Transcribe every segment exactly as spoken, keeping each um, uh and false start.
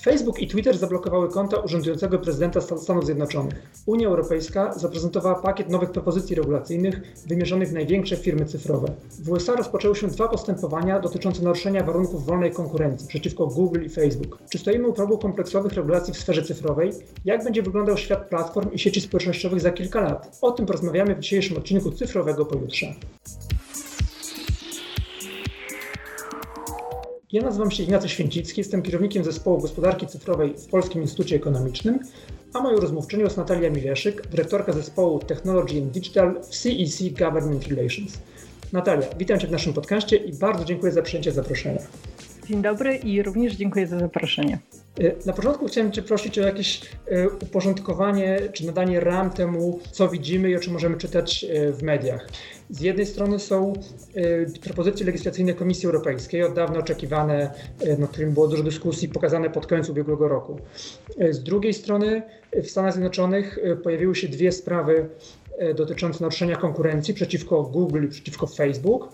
Facebook i Twitter zablokowały konta urzędującego prezydenta Stanów Zjednoczonych. Unia Europejska zaprezentowała pakiet nowych propozycji regulacyjnych wymierzonych w największe firmy cyfrowe. W U S A rozpoczęły się dwa postępowania dotyczące naruszenia warunków wolnej konkurencji przeciwko Google i Facebook. Czy stoimy u progu kompleksowych regulacji w sferze cyfrowej? Jak będzie wyglądał świat platform i sieci społecznościowych za kilka lat? O tym porozmawiamy w dzisiejszym odcinku Cyfrowego Pojutrze. Ja nazywam się Ignacy Święcicki, jestem kierownikiem Zespołu Gospodarki Cyfrowej w Polskim Instytucie Ekonomicznym, a moją rozmówczynią jest Natalia Mileszyk, dyrektorka Zespołu Technology and Digital w C E C Government Relations. Natalia, witam Cię w naszym podcaście i bardzo dziękuję za przyjęcie zaproszenia. Dzień dobry i również dziękuję za zaproszenie. Na początku chciałem Cię prosić o jakieś uporządkowanie czy nadanie ram temu, co widzimy i o czym możemy czytać w mediach. Z jednej strony są propozycje legislacyjne Komisji Europejskiej, od dawna oczekiwane, nad którymi było dużo dyskusji, pokazane pod koniec ubiegłego roku. Z drugiej strony w Stanach Zjednoczonych pojawiły się dwie sprawy dotyczące naruszenia konkurencji przeciwko Google i przeciwko Facebook.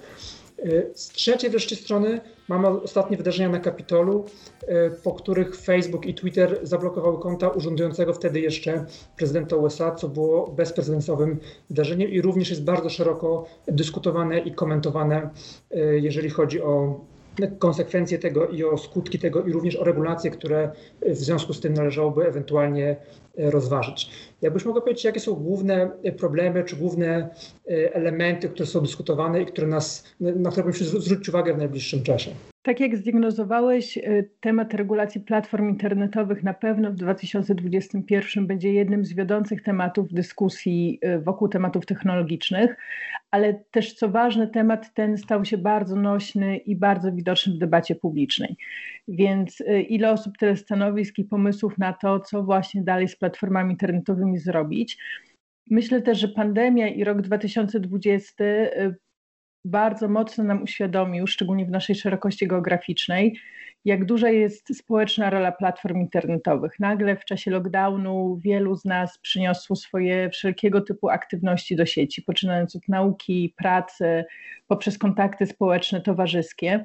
Z trzeciej wreszcie strony mamy ostatnie wydarzenia na Kapitolu, po których Facebook i Twitter zablokowały konta urzędującego wtedy jeszcze prezydenta U S A, co było bezprecedensowym wydarzeniem i również jest bardzo szeroko dyskutowane i komentowane, jeżeli chodzi o konsekwencje tego i o skutki tego i również o regulacje, które w związku z tym należałoby ewentualnie rozważyć. Jakbyś mogła powiedzieć, jakie są główne problemy czy główne elementy, które są dyskutowane i które nas, na które powinniśmy zwrócić uwagę w najbliższym czasie? Tak jak zdiagnozowałeś, temat regulacji platform internetowych na pewno w dwa tysiące dwudziestym pierwszym będzie jednym z wiodących tematów dyskusji wokół tematów technologicznych, ale też co ważne, temat ten stał się bardzo nośny i bardzo widoczny w debacie publicznej. Więc ile osób, tyle stanowisk i pomysłów na to, co właśnie dalej z platformami internetowymi zrobić. Myślę też, że pandemia i rok dwa tysiące dwudziesty bardzo mocno nam uświadomił, szczególnie w naszej szerokości geograficznej, jak duża jest społeczna rola platform internetowych. Nagle w czasie lockdownu wielu z nas przyniosło swoje wszelkiego typu aktywności do sieci, poczynając od nauki, pracy, poprzez kontakty społeczne, towarzyskie.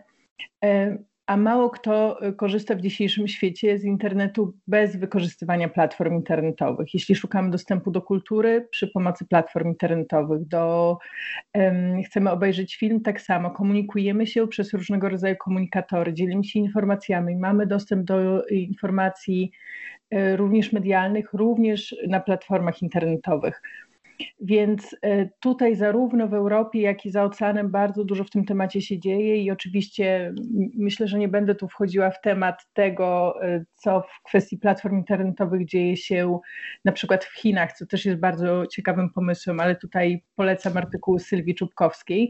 A mało kto korzysta w dzisiejszym świecie z internetu bez wykorzystywania platform internetowych. Jeśli szukamy dostępu do kultury przy pomocy platform internetowych, do, um, chcemy obejrzeć film, tak samo komunikujemy się przez różnego rodzaju komunikatory, dzielimy się informacjami, mamy dostęp do informacji e, również medialnych, również na platformach internetowych. Więc tutaj zarówno w Europie, jak i za oceanem bardzo dużo w tym temacie się dzieje i oczywiście myślę, że nie będę tu wchodziła w temat tego, co w kwestii platform internetowych dzieje się na przykład w Chinach, co też jest bardzo ciekawym pomysłem, ale tutaj polecam artykuły Sylwii Czubkowskiej.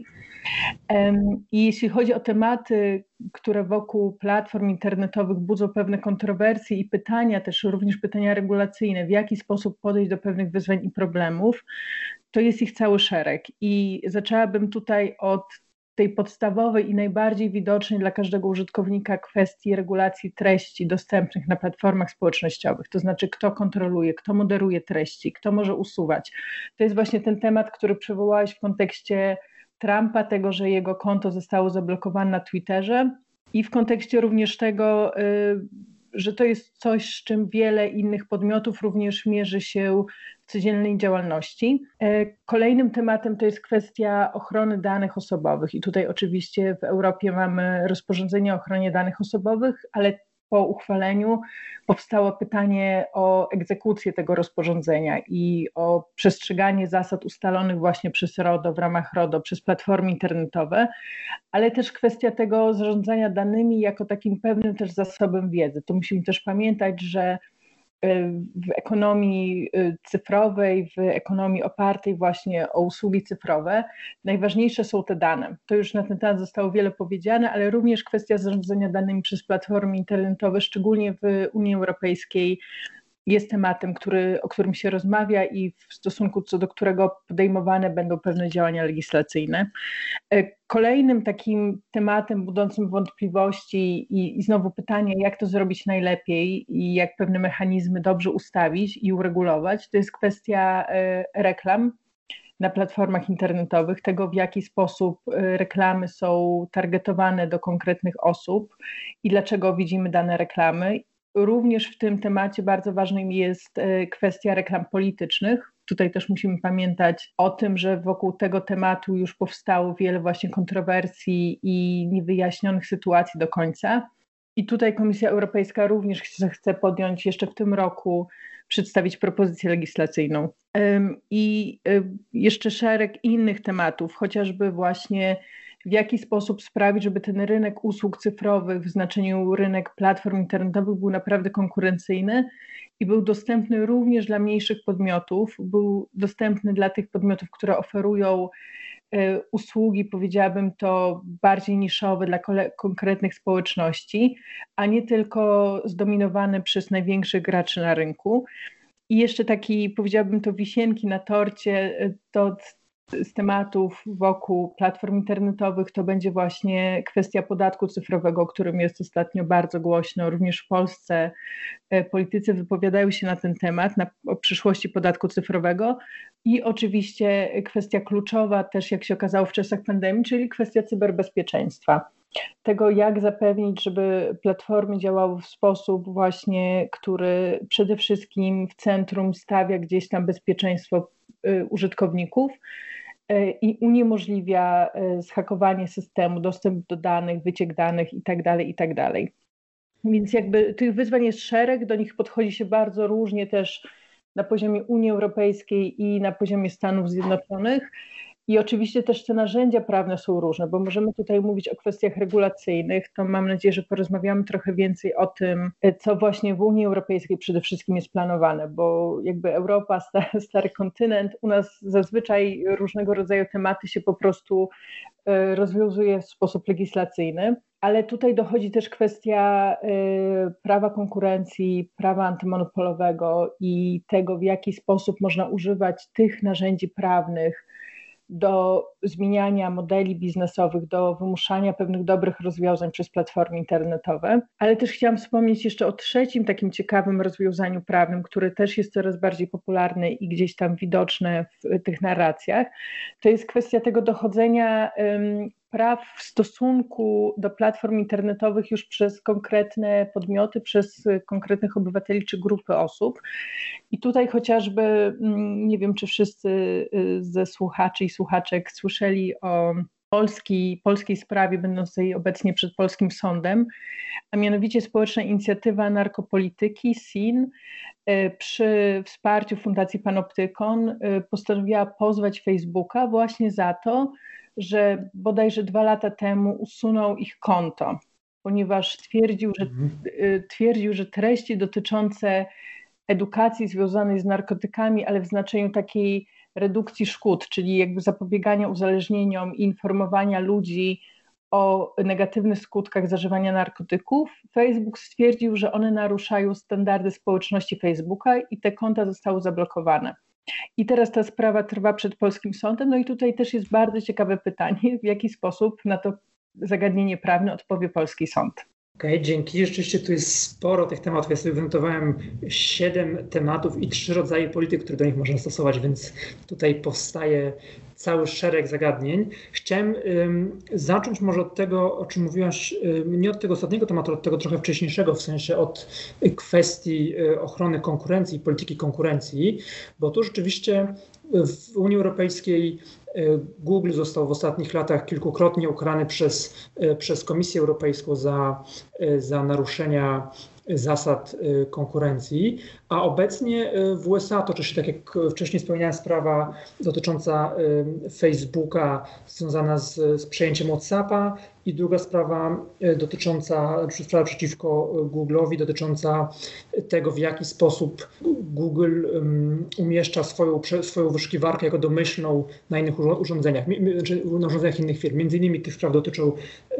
I jeśli chodzi o tematy, które wokół platform internetowych budzą pewne kontrowersje i pytania, też również pytania regulacyjne, w jaki sposób podejść do pewnych wyzwań i problemów, to jest ich cały szereg. I zaczęłabym tutaj od tej podstawowej i najbardziej widocznej dla każdego użytkownika kwestii regulacji treści dostępnych na platformach społecznościowych. To znaczy, kto kontroluje, kto moderuje treści, kto może usuwać. To jest właśnie ten temat, który przywołałeś w kontekście Trumpa, tego, że jego konto zostało zablokowane na Twitterze i w kontekście również tego, że to jest coś, z czym wiele innych podmiotów również mierzy się w codziennej działalności. Kolejnym tematem to jest kwestia ochrony danych osobowych i tutaj oczywiście w Europie mamy rozporządzenie o ochronie danych osobowych, ale po uchwaleniu powstało pytanie o egzekucję tego rozporządzenia i o przestrzeganie zasad ustalonych właśnie przez RODO, w ramach RODO, przez platformy internetowe, ale też kwestia tego zarządzania danymi jako takim pewnym też zasobem wiedzy. To musimy też pamiętać, że w ekonomii cyfrowej, w ekonomii opartej właśnie o usługi cyfrowe, najważniejsze są te dane. To już na ten temat zostało wiele powiedziane, ale również kwestia zarządzania danymi przez platformy internetowe, szczególnie w Unii Europejskiej, jest tematem, który, o którym się rozmawia i w stosunku co do którego podejmowane będą pewne działania legislacyjne. Kolejnym takim tematem budzącym wątpliwości i, i znowu pytanie, jak to zrobić najlepiej i jak pewne mechanizmy dobrze ustawić i uregulować, to jest kwestia reklam na platformach internetowych, tego w jaki sposób reklamy są targetowane do konkretnych osób i dlaczego widzimy dane reklamy Również w tym temacie bardzo ważnym jest kwestia reklam politycznych. Tutaj też musimy pamiętać o tym, że wokół tego tematu już powstało wiele właśnie kontrowersji i niewyjaśnionych sytuacji do końca. I tutaj Komisja Europejska również chce podjąć jeszcze w tym roku, przedstawić propozycję legislacyjną. I jeszcze szereg innych tematów, chociażby właśnie w jaki sposób sprawić, żeby ten rynek usług cyfrowych w znaczeniu rynek platform internetowych był naprawdę konkurencyjny i był dostępny również dla mniejszych podmiotów, był dostępny dla tych podmiotów, które oferują usługi, powiedziałabym to bardziej niszowe dla konkretnych społeczności, a nie tylko zdominowane przez największych graczy na rynku. I jeszcze taki, powiedziałabym to wisienki na torcie, to z tematów wokół platform internetowych to będzie właśnie kwestia podatku cyfrowego, o którym jest ostatnio bardzo głośno. Również w Polsce politycy wypowiadają się na ten temat, na, o przyszłości podatku cyfrowego i oczywiście kwestia kluczowa też, jak się okazało w czasach pandemii, czyli kwestia cyberbezpieczeństwa. Tego, jak zapewnić, żeby platformy działały w sposób właśnie, który przede wszystkim w centrum stawia gdzieś tam bezpieczeństwo użytkowników i uniemożliwia zhakowanie systemu, dostęp do danych, wyciek danych itd., itd. Więc jakby tych wyzwań jest szereg, do nich podchodzi się bardzo różnie też na poziomie Unii Europejskiej i na poziomie Stanów Zjednoczonych. I oczywiście też te narzędzia prawne są różne, bo możemy tutaj mówić o kwestiach regulacyjnych, to mam nadzieję, że porozmawiamy trochę więcej o tym, co właśnie w Unii Europejskiej przede wszystkim jest planowane, bo jakby Europa, stary kontynent, u nas zazwyczaj różnego rodzaju tematy się po prostu rozwiązuje w sposób legislacyjny, ale tutaj dochodzi też kwestia prawa konkurencji, prawa antymonopolowego i tego, w jaki sposób można używać tych narzędzi prawnych do zmieniania modeli biznesowych, do wymuszania pewnych dobrych rozwiązań przez platformy internetowe. Ale też chciałam wspomnieć jeszcze o trzecim takim ciekawym rozwiązaniu prawnym, które też jest coraz bardziej popularne i gdzieś tam widoczne w tych narracjach. To jest kwestia tego dochodzenia um, praw w stosunku do platform internetowych już przez konkretne podmioty, przez konkretnych obywateli czy grupy osób. I tutaj chociażby, nie wiem, czy wszyscy ze słuchaczy i słuchaczek słyszeli o Polski, polskiej sprawie będącej obecnie przed polskim sądem, a mianowicie Społeczna Inicjatywa Narkopolityki S I N przy wsparciu Fundacji Panoptykon postanowiła pozwać Facebooka właśnie za to, że bodajże dwa lata temu usunął ich konto, ponieważ twierdził, że, twierdził, że treści dotyczące edukacji związanej z narkotykami, ale w znaczeniu takiej redukcji szkód, czyli jakby zapobiegania uzależnieniom i informowania ludzi o negatywnych skutkach zażywania narkotyków, Facebook stwierdził, że one naruszają standardy społeczności Facebooka i te konta zostały zablokowane. I teraz ta sprawa trwa przed polskim sądem, no i tutaj też jest bardzo ciekawe pytanie, w jaki sposób na to zagadnienie prawne odpowie polski sąd. Okej, okay, dzięki. Rzeczywiście tu jest sporo tych tematów. Ja sobie wynotowałem siedem tematów i trzy rodzaje polityk, które do nich można stosować, więc tutaj powstaje cały szereg zagadnień. Chciałem um, zacząć może od tego, o czym mówiłaś, um, nie od tego ostatniego tematu, od tego trochę wcześniejszego, w sensie od kwestii um, ochrony konkurencji, polityki konkurencji, bo tu rzeczywiście w Unii Europejskiej Google został w ostatnich latach kilkukrotnie ukarany przez, przez Komisję Europejską za, za naruszenia zasad konkurencji, a obecnie w U S A toczy się, tak jak wcześniej wspomniałem, sprawa dotycząca Facebooka związana z, z przejęciem WhatsAppa i druga sprawa dotycząca, sprawa przeciwko Google'owi dotycząca tego, w jaki sposób Google umieszcza swoją, swoją wyszukiwarkę jako domyślną na innych urządzeniach, znaczy na urządzeniach innych firm. Między innymi tych spraw dotyczą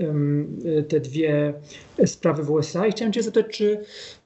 te dwie sprawy w U S A i chciałem Cię zapytać, czy,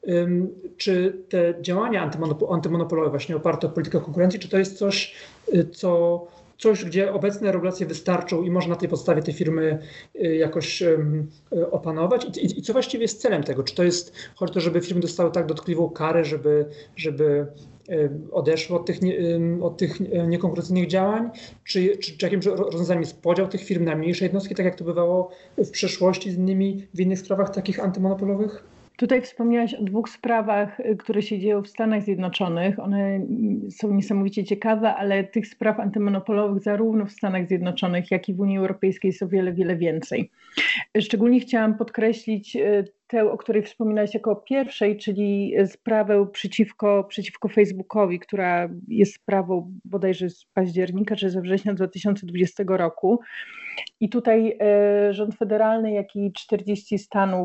czy te działania antymonopolowe właśnie oparte o politykę konkurencji, czy to jest coś, co Coś, gdzie obecne regulacje wystarczą i można na tej podstawie te firmy jakoś opanować? I, i, i co właściwie jest celem tego? Czy to jest, chodzi o to, żeby firmy dostały tak dotkliwą karę, żeby, żeby odeszły od tych, nie, od tych niekonkurencyjnych działań? Czy, czy, czy jakimś rozwiązaniem jest podział tych firm na mniejsze jednostki, tak jak to bywało w przeszłości z innymi, w innych sprawach takich antymonopolowych? Tutaj wspomniałaś o dwóch sprawach, które się dzieją w Stanach Zjednoczonych. One są niesamowicie ciekawe, ale tych spraw antymonopolowych zarówno w Stanach Zjednoczonych, jak i w Unii Europejskiej jest o wiele, wiele więcej. Szczególnie chciałam podkreślić tę, o której wspominałaś jako pierwszej, czyli sprawę przeciwko, przeciwko Facebookowi, która jest sprawą bodajże z października czy ze września dwa tysiące dwudziestego roku. I tutaj rząd federalny, jak i czterdzieści stanów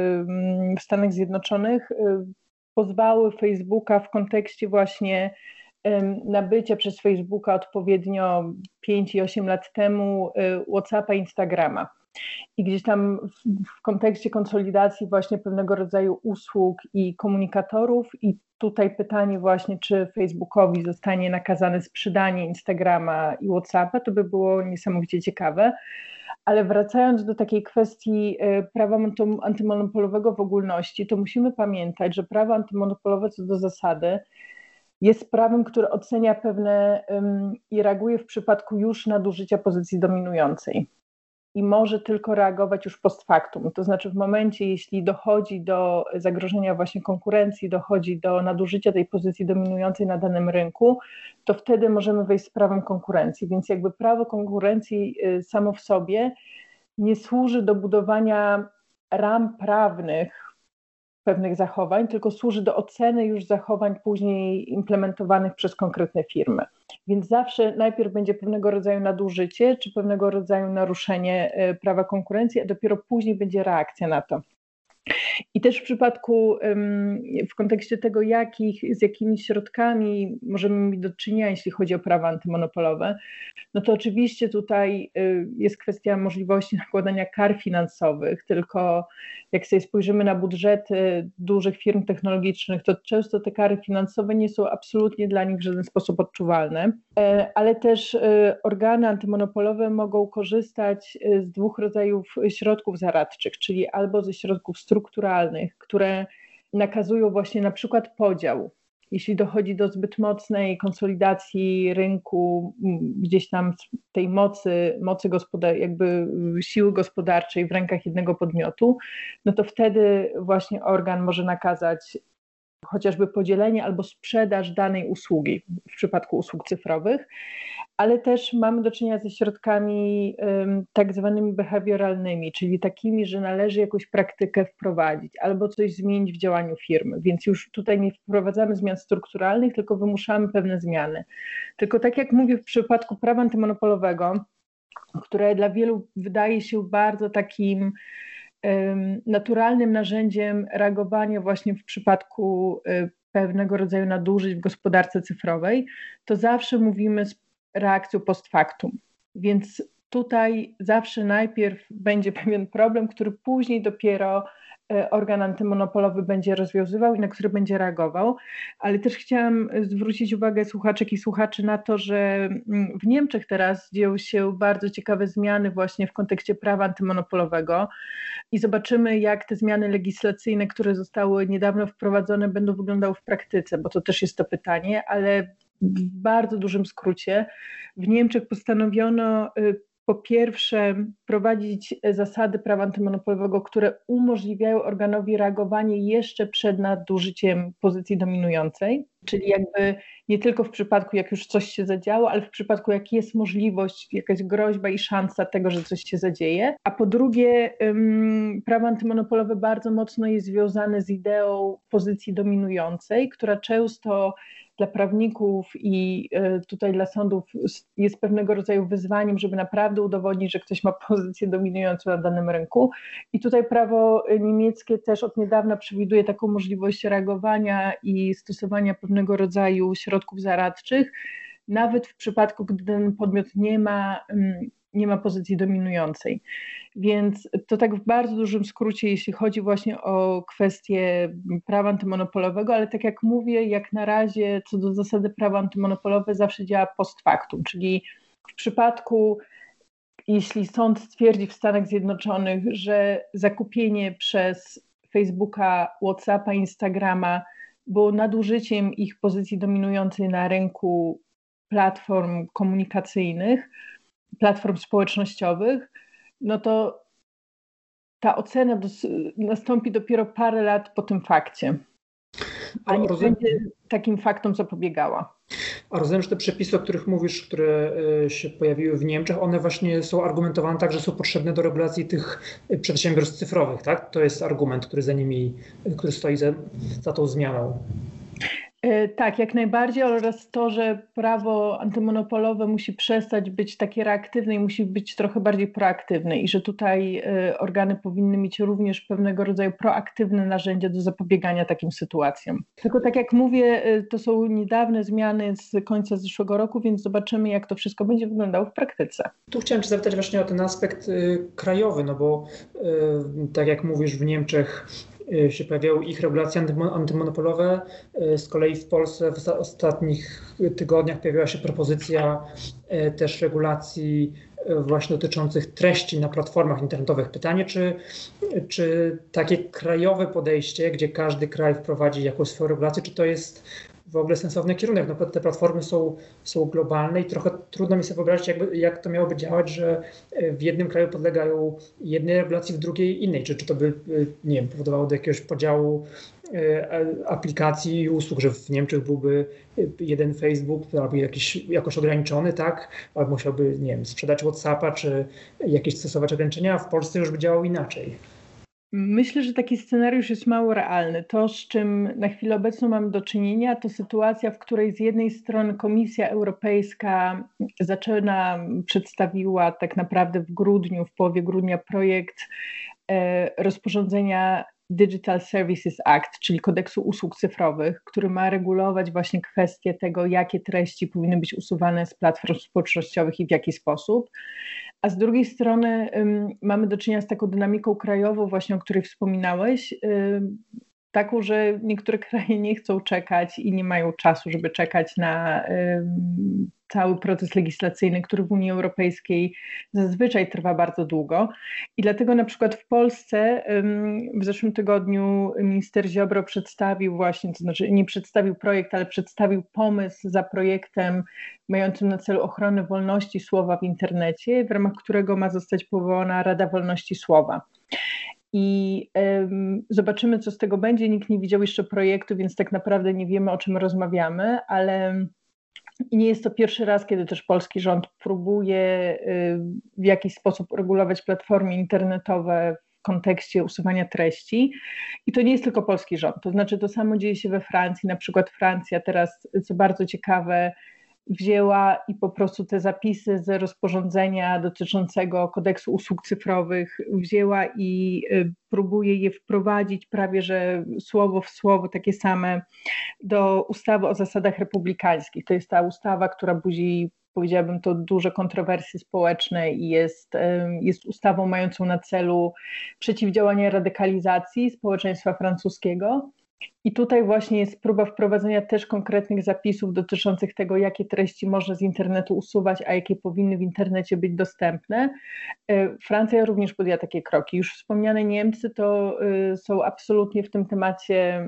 w Stanach Zjednoczonych pozwały Facebooka w kontekście właśnie nabycia przez Facebooka odpowiednio pięć i osiem lat temu WhatsAppa i Instagrama. I gdzieś tam w, w kontekście konsolidacji właśnie pewnego rodzaju usług i komunikatorów i tutaj pytanie właśnie, czy Facebookowi zostanie nakazane sprzedanie Instagrama i WhatsAppa, to by było niesamowicie ciekawe. Ale wracając do takiej kwestii prawa antymonopolowego w ogólności, to musimy pamiętać, że prawo antymonopolowe co do zasady jest prawem, które ocenia pewne um, i reaguje w przypadku już nadużycia pozycji dominującej. I może tylko reagować już post factum. To znaczy w momencie, jeśli dochodzi do zagrożenia właśnie konkurencji, dochodzi do nadużycia tej pozycji dominującej na danym rynku, to wtedy możemy wejść z prawem konkurencji. Więc jakby prawo konkurencji samo w sobie nie służy do budowania ram prawnych pewnych zachowań, tylko służy do oceny już zachowań później implementowanych przez konkretne firmy. Więc zawsze najpierw będzie pewnego rodzaju nadużycie, czy pewnego rodzaju naruszenie prawa konkurencji, a dopiero później będzie reakcja na to. I też w przypadku, w kontekście tego, jakich, z jakimi środkami możemy mieć do czynienia, jeśli chodzi o prawa antymonopolowe, no to oczywiście tutaj jest kwestia możliwości nakładania kar finansowych, tylko jak sobie spojrzymy na budżety dużych firm technologicznych, to często te kary finansowe nie są absolutnie dla nich w żaden sposób odczuwalne, ale też organy antymonopolowe mogą korzystać z dwóch rodzajów środków zaradczych, czyli albo ze środków strukturalnych, które nakazują właśnie na przykład podział. Jeśli dochodzi do zbyt mocnej konsolidacji rynku, gdzieś tam tej mocy, mocy gospodar- jakby siły gospodarczej w rękach jednego podmiotu, no to wtedy właśnie organ może nakazać chociażby podzielenie albo sprzedaż danej usługi w przypadku usług cyfrowych, ale też mamy do czynienia ze środkami um, tak zwanymi behawioralnymi, czyli takimi, że należy jakąś praktykę wprowadzić albo coś zmienić w działaniu firmy, więc już tutaj nie wprowadzamy zmian strukturalnych, tylko wymuszamy pewne zmiany. Tylko tak jak mówię w przypadku prawa antymonopolowego, które dla wielu wydaje się bardzo takim naturalnym narzędziem reagowania właśnie w przypadku pewnego rodzaju nadużyć w gospodarce cyfrowej, to zawsze mówimy z reakcją post factum. Więc tutaj zawsze najpierw będzie pewien problem, który później dopiero organ antymonopolowy będzie rozwiązywał i na który będzie reagował, ale też chciałam zwrócić uwagę słuchaczek i słuchaczy na to, że w Niemczech teraz dzieją się bardzo ciekawe zmiany właśnie w kontekście prawa antymonopolowego i zobaczymy, jak te zmiany legislacyjne, które zostały niedawno wprowadzone, będą wyglądały w praktyce, bo to też jest to pytanie, ale w bardzo dużym skrócie w Niemczech postanowiono po pierwsze prowadzić zasady prawa antymonopolowego, które umożliwiają organowi reagowanie jeszcze przed nadużyciem pozycji dominującej, czyli jakby nie tylko w przypadku, jak już coś się zadziało, ale w przypadku, jak jest możliwość, jakaś groźba i szansa tego, że coś się zadzieje. A po drugie, prawo antymonopolowe bardzo mocno jest związane z ideą pozycji dominującej, która często dla prawników i tutaj dla sądów jest pewnego rodzaju wyzwaniem, żeby naprawdę udowodnić, że ktoś ma pozycję dominującą na danym rynku. I tutaj prawo niemieckie też od niedawna przewiduje taką możliwość reagowania i stosowania pewnego rodzaju środków zaradczych, nawet w przypadku, gdy ten podmiot nie ma, nie ma pozycji dominującej. Więc to tak w bardzo dużym skrócie, jeśli chodzi właśnie o kwestię prawa antymonopolowego, ale tak jak mówię, jak na razie co do zasady prawa antymonopolowe zawsze działa post factum, czyli w przypadku, jeśli sąd stwierdzi w Stanach Zjednoczonych, że zakupienie przez Facebooka, WhatsAppa, Instagrama było nadużyciem ich pozycji dominującej na rynku platform komunikacyjnych, platform społecznościowych, no to ta ocena dos- nastąpi dopiero parę lat po tym fakcie, a nie Rozumiem, będzie takim faktom zapobiegała. a rozumiem, że te przepisy, o których mówisz, które e, się pojawiły w Niemczech, one właśnie są argumentowane tak, że są potrzebne do regulacji tych przedsiębiorstw cyfrowych, tak? To jest argument, który za nimi, który stoi za, za tą zmianą. E, Tak, jak najbardziej, oraz to, że prawo antymonopolowe musi przestać być takie reaktywne i musi być trochę bardziej proaktywne i że tutaj e, organy powinny mieć również pewnego rodzaju proaktywne narzędzia do zapobiegania takim sytuacjom. Tylko tak jak mówię, e, to są niedawne zmiany z końca zeszłego roku, więc zobaczymy, jak to wszystko będzie wyglądało w praktyce. Tu chciałem Cię zapytać właśnie o ten aspekt y, krajowy, no bo y, tak jak mówisz, w Niemczech y, się pojawiały ich regulacje antymo- antymonopolowe. Y, Z kolei w Polsce w za- ostatnich tygodniach pojawiła się propozycja y, też regulacji y, właśnie dotyczących treści na platformach internetowych. Pytanie, czy, czy takie krajowe podejście, gdzie każdy kraj wprowadzi jakąś swoją regulację, czy to jest w ogóle sensowny kierunek? No, te platformy są, są globalne i trochę trudno mi sobie wyobrazić, jakby, jak to miałoby działać, że w jednym kraju podlegają jednej regulacji, w drugiej innej. Czy, czy to by, nie wiem, powodowało do jakiegoś podziału aplikacji i usług, że w Niemczech byłby jeden Facebook albo jakiś, jakoś ograniczony, tak? Albo musiałby, nie wiem, sprzedać WhatsAppa, czy jakieś stosować ograniczenia, a w Polsce już by działał inaczej. Myślę, że taki scenariusz jest mało realny. To, z czym na chwilę obecną mamy do czynienia, to sytuacja, w której z jednej strony Komisja Europejska zaczyna, przedstawiła tak naprawdę w grudniu, w połowie grudnia projekt e, rozporządzenia Digital Services Act, czyli kodeksu usług cyfrowych, który ma regulować właśnie kwestie tego, jakie treści powinny być usuwane z platform społecznościowych i w jaki sposób. A z drugiej strony um, mamy do czynienia z taką dynamiką krajową, właśnie o której wspominałeś, um, taką, że niektóre kraje nie chcą czekać i nie mają czasu, żeby czekać na um, cały proces legislacyjny, który w Unii Europejskiej zazwyczaj trwa bardzo długo. I dlatego na przykład w Polsce um, w zeszłym tygodniu minister Ziobro przedstawił właśnie, to znaczy nie przedstawił projekt, ale przedstawił pomysł za projektem mającym na celu ochronę wolności słowa w internecie, w ramach którego ma zostać powołana Rada Wolności Słowa. I um, zobaczymy, co z tego będzie. Nikt nie widział jeszcze projektu, więc tak naprawdę nie wiemy, o czym rozmawiamy, ale nie jest to pierwszy raz, kiedy też polski rząd próbuje y, w jakiś sposób regulować platformy internetowe w kontekście usuwania treści. I to nie jest tylko polski rząd, to znaczy to samo dzieje się we Francji. Na przykład Francja teraz, co bardzo ciekawe, wzięła i po prostu te zapisy z rozporządzenia dotyczącego kodeksu usług cyfrowych wzięła i próbuje je wprowadzić prawie że słowo w słowo takie same do ustawy o zasadach republikańskich. To jest ta ustawa, która budzi, powiedziałabym, to duże kontrowersje społeczne i jest, jest ustawą mającą na celu przeciwdziałanie radykalizacji społeczeństwa francuskiego. I tutaj właśnie jest próba wprowadzenia też konkretnych zapisów dotyczących tego, jakie treści można z internetu usuwać, a jakie powinny w internecie być dostępne. Francja również podjęła takie kroki. Już wspomniane Niemcy to są absolutnie w tym temacie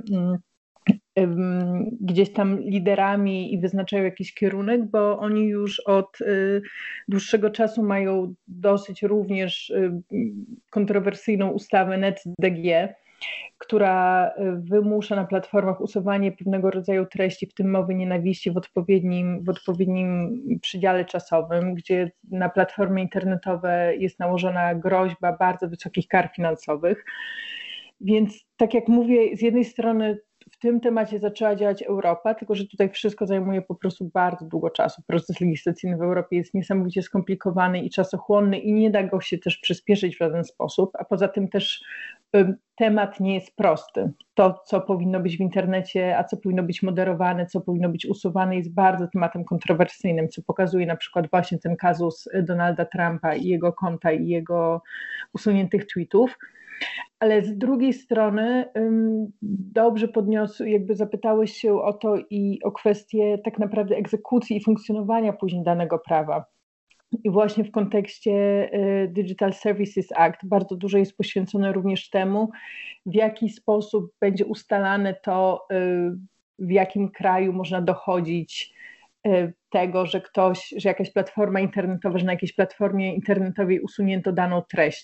gdzieś tam liderami i wyznaczają jakiś kierunek, bo oni już od dłuższego czasu mają dosyć również kontrowersyjną ustawę NetzDG, która wymusza na platformach usuwanie pewnego rodzaju treści, w tym mowy nienawiści, w odpowiednim, w odpowiednim przydziale czasowym, gdzie na platformy internetowe jest nałożona groźba bardzo wysokich kar finansowych. Więc tak jak mówię, z jednej strony w tym temacie zaczęła działać Europa, tylko że tutaj wszystko zajmuje po prostu bardzo długo czasu. Proces legislacyjny w Europie jest niesamowicie skomplikowany i czasochłonny i nie da go się też przyspieszyć w żaden sposób, a poza tym też y, temat nie jest prosty. To, co powinno być w internecie, a co powinno być moderowane, co powinno być usuwane, jest bardzo tematem kontrowersyjnym, co pokazuje na przykład właśnie ten kazus Donalda Trumpa i jego konta i jego usuniętych tweetów. Ale z drugiej strony um, dobrze podniosł, jakby zapytałeś się o to i o kwestię tak naprawdę egzekucji i funkcjonowania później danego prawa. I właśnie w kontekście y, Digital Services Act bardzo dużo jest poświęcone również temu, w jaki sposób będzie ustalane to, y, w jakim kraju można dochodzić y, tego, że ktoś, że jakaś platforma internetowa, że na jakiejś platformie internetowej usunięto daną treść.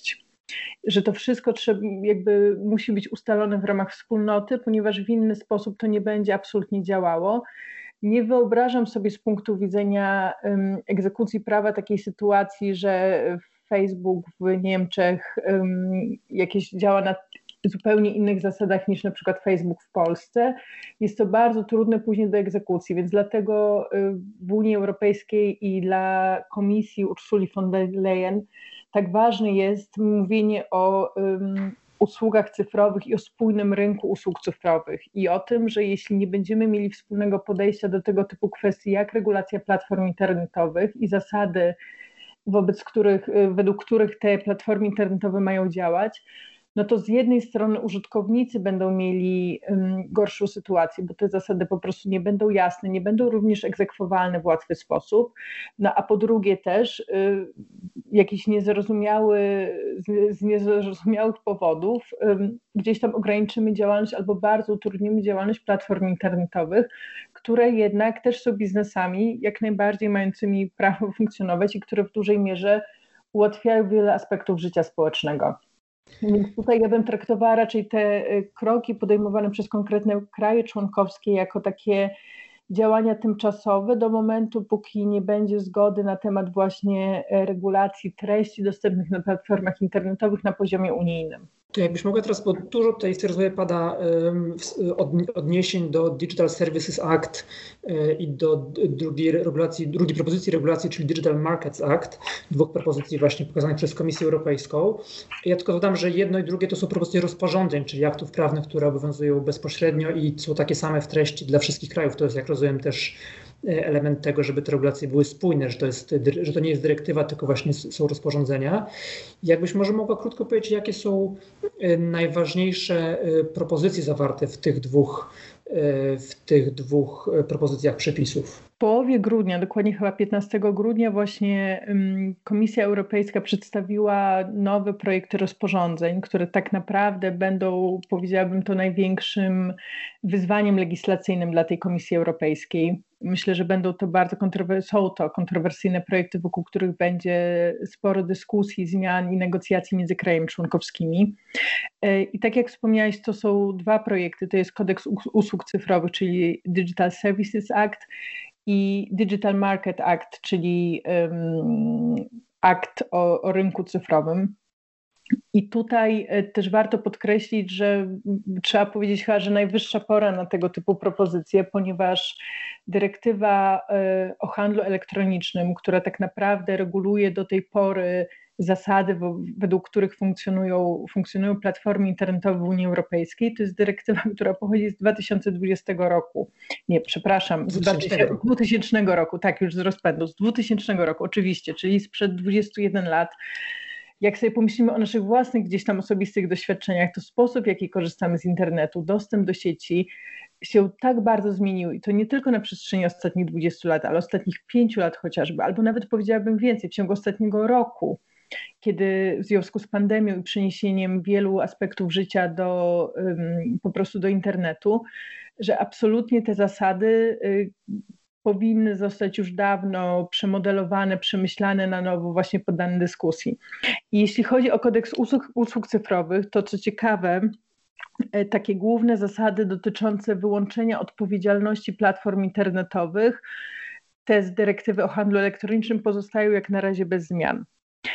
że to wszystko trzeba, jakby musi być ustalone w ramach wspólnoty, ponieważ w inny sposób to nie będzie absolutnie działało. Nie wyobrażam sobie z punktu widzenia um, egzekucji prawa takiej sytuacji, że Facebook w Niemczech um, jakieś działa na zupełnie innych zasadach niż na przykład Facebook w Polsce. Jest to bardzo trudne później do egzekucji, więc dlatego w Unii Europejskiej i dla Komisji Ursuli von der Leyen tak ważne jest mówienie o um, usługach cyfrowych i o spójnym rynku usług cyfrowych i o tym, że jeśli nie będziemy mieli wspólnego podejścia do tego typu kwestii, jak regulacja platform internetowych i zasady, wobec których, według których te platformy internetowe mają działać, no to z jednej strony użytkownicy będą mieli um, gorszą sytuację, bo te zasady po prostu nie będą jasne, nie będą również egzekwowalne w łatwy sposób, no a po drugie też y, jakiś niezrozumiały, z, z niezrozumiałych powodów y, gdzieś tam ograniczymy działalność albo bardzo utrudnimy działalność platform internetowych, które jednak też są biznesami jak najbardziej mającymi prawo funkcjonować i które w dużej mierze ułatwiają wiele aspektów życia społecznego. Więc tutaj ja bym traktowała raczej te kroki podejmowane przez konkretne kraje członkowskie jako takie działania tymczasowe do momentu, póki nie będzie zgody na temat właśnie regulacji treści dostępnych na platformach internetowych na poziomie unijnym. To jakbyś mogła teraz, bo dużo tutaj w tej rozmowie pada odniesień do Digital Services Act i do drugiej regulacji, drugiej propozycji regulacji, czyli Digital Markets Act, dwóch propozycji właśnie pokazanych przez Komisję Europejską. Ja tylko dodam, że jedno i drugie to są propozycje rozporządzeń, czyli aktów prawnych, które obowiązują bezpośrednio i są takie same w treści dla wszystkich krajów. To jest, jak rozumiem, też element tego, żeby te regulacje były spójne, że to, jest, że to nie jest dyrektywa, tylko właśnie są rozporządzenia. Jakbyś może mogła krótko powiedzieć, jakie są najważniejsze propozycje zawarte w tych dwóch, w tych dwóch propozycjach przepisów? W połowie grudnia, dokładnie chyba piętnastego grudnia, właśnie Komisja Europejska przedstawiła nowe projekty rozporządzeń, które tak naprawdę będą, powiedziałabym, to największym wyzwaniem legislacyjnym dla tej Komisji Europejskiej. Myślę, że będą to bardzo kontrower- są to kontrowersyjne projekty, wokół których będzie sporo dyskusji, zmian i negocjacji między krajami członkowskimi. I tak jak wspomniałeś, to są dwa projekty. To jest Kodeks Usług Cyfrowych, czyli Digital Services Act i Digital Market Act, czyli um, akt o, o rynku cyfrowym. I tutaj też warto podkreślić, że trzeba powiedzieć chyba, że najwyższa pora na tego typu propozycje, ponieważ dyrektywa o handlu elektronicznym, która tak naprawdę reguluje do tej pory zasady, według których funkcjonują, funkcjonują platformy internetowe w Unii Europejskiej, to jest dyrektywa, która pochodzi z dwa tysiące dwudziestego roku. Nie, przepraszam, z dwutysięcznego roku, tak, już z rozpędu, z dwutysięcznego roku, oczywiście, czyli sprzed dwudziestu jeden lat. Jak sobie pomyślimy o naszych własnych gdzieś tam osobistych doświadczeniach, to sposób, w jaki korzystamy z internetu, dostęp do sieci się tak bardzo zmienił i to nie tylko na przestrzeni ostatnich dwudziestu lat, ale ostatnich pięciu lat chociażby, albo nawet powiedziałabym więcej, w ciągu ostatniego roku, kiedy w związku z pandemią i przeniesieniem wielu aspektów życia do, um, po prostu do internetu, że absolutnie te zasady y, powinny zostać już dawno przemodelowane, przemyślane na nowo, właśnie poddane dyskusji. I jeśli chodzi o kodeks usług, usług cyfrowych, to co ciekawe, takie główne zasady dotyczące wyłączenia odpowiedzialności platform internetowych, te z dyrektywy o handlu elektronicznym pozostają jak na razie bez zmian.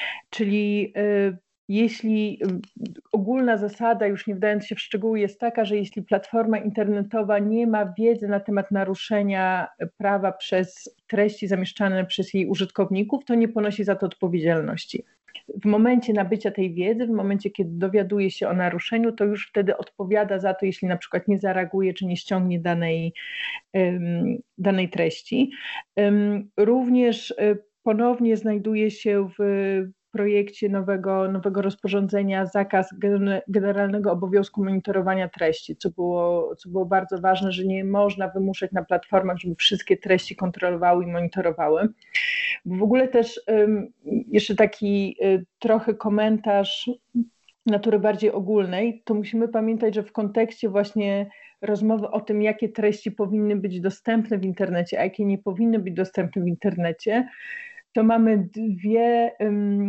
Czyli y, jeśli ogólna zasada, już nie wdając się w szczegóły, jest taka, że jeśli platforma internetowa nie ma wiedzy na temat naruszenia prawa przez treści zamieszczane przez jej użytkowników, to nie ponosi za to odpowiedzialności. W momencie nabycia tej wiedzy, w momencie, kiedy dowiaduje się o naruszeniu, to już wtedy odpowiada za to, jeśli na przykład nie zareaguje czy nie ściągnie danej, um, danej treści. Um, również um, ponownie znajduje się w projekcie nowego, nowego rozporządzenia zakaz generalnego obowiązku monitorowania treści, co było, co było bardzo ważne, że nie można wymuszać na platformach, żeby wszystkie treści kontrolowały i monitorowały. Bo w ogóle też um, jeszcze taki y, trochę komentarz natury bardziej ogólnej, to musimy pamiętać, że w kontekście właśnie rozmowy o tym, jakie treści powinny być dostępne w internecie, a jakie nie powinny być dostępne w internecie, to mamy dwie um,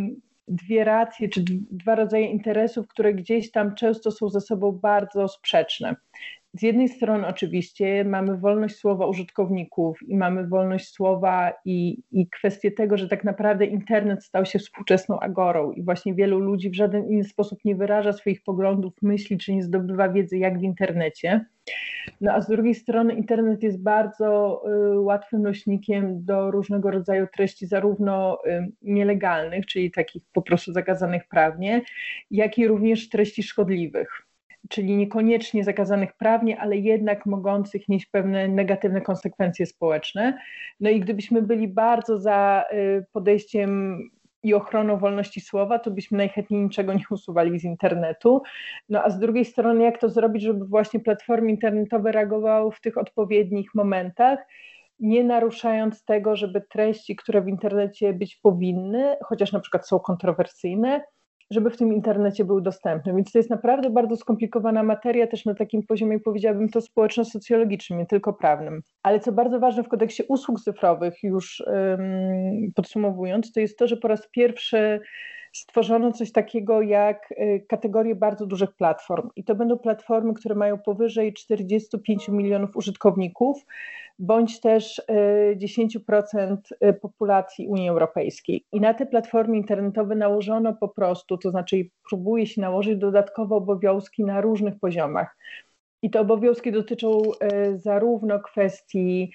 dwie racje, czy dwa rodzaje interesów, które gdzieś tam często są ze sobą bardzo sprzeczne. Z jednej strony oczywiście mamy wolność słowa użytkowników i mamy wolność słowa i, i kwestię tego, że tak naprawdę internet stał się współczesną agorą i właśnie wielu ludzi w żaden inny sposób nie wyraża swoich poglądów, myśli, czy nie zdobywa wiedzy jak w internecie. No a z drugiej strony internet jest bardzo y, łatwym nośnikiem do różnego rodzaju treści, zarówno y, nielegalnych, czyli takich po prostu zakazanych prawnie, jak i również treści szkodliwych. Czyli niekoniecznie zakazanych prawnie, ale jednak mogących nieść pewne negatywne konsekwencje społeczne. No i gdybyśmy byli bardzo za podejściem i ochroną wolności słowa, to byśmy najchętniej niczego nie usuwali z internetu. No a z drugiej strony, jak to zrobić, żeby właśnie platformy internetowe reagowały w tych odpowiednich momentach, nie naruszając tego, żeby treści, które w internecie być powinny, chociaż na przykład są kontrowersyjne, żeby w tym internecie były dostępne. Więc to jest naprawdę bardzo skomplikowana materia, też na takim poziomie, powiedziałabym, to społeczno-socjologicznym, nie tylko prawnym. Ale co bardzo ważne w kodeksie usług cyfrowych, już um, podsumowując, to jest to, że po raz pierwszy stworzono coś takiego jak kategorię bardzo dużych platform. I to będą platformy, które mają powyżej czterdzieści pięć milionów użytkowników, bądź też dziesięć procent populacji Unii Europejskiej. I na te platformy internetowe nałożono po prostu, to znaczy próbuje się nałożyć dodatkowe obowiązki na różnych poziomach. I te obowiązki dotyczą zarówno kwestii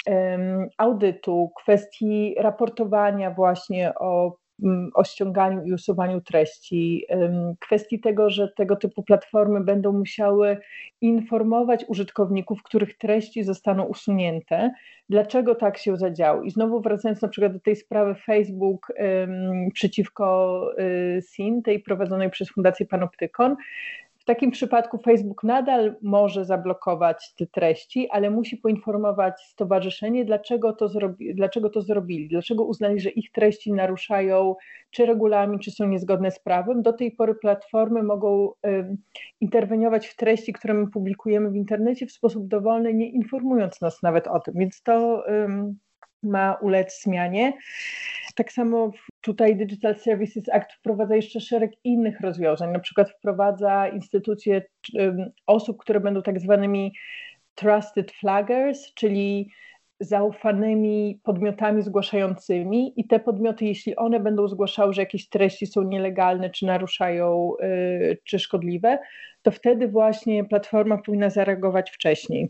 audytu, kwestii raportowania właśnie o o ściąganiu i usuwaniu treści, kwestii tego, że tego typu platformy będą musiały informować użytkowników, których treści zostaną usunięte, dlaczego tak się zadziało. I znowu wracając na przykład do tej sprawy Facebook um, przeciwko um, S I N, tej prowadzonej przez Fundację Panoptykon, w takim przypadku Facebook nadal może zablokować te treści, ale musi poinformować stowarzyszenie, dlaczego to, zrobi, dlaczego to zrobili, dlaczego uznali, że ich treści naruszają czy regulamin, czy są niezgodne z prawem. Do tej pory platformy mogą um, interweniować w treści, które my publikujemy w internecie w sposób dowolny, nie informując nas nawet o tym, więc to um, ma ulec zmianie. Tak samo tutaj Digital Services Act wprowadza jeszcze szereg innych rozwiązań, na przykład wprowadza instytucje um, osób, które będą tak zwanymi trusted flaggers, czyli zaufanymi podmiotami zgłaszającymi i te podmioty, jeśli one będą zgłaszały, że jakieś treści są nielegalne, czy naruszają, yy, czy szkodliwe, to wtedy właśnie platforma powinna zareagować wcześniej.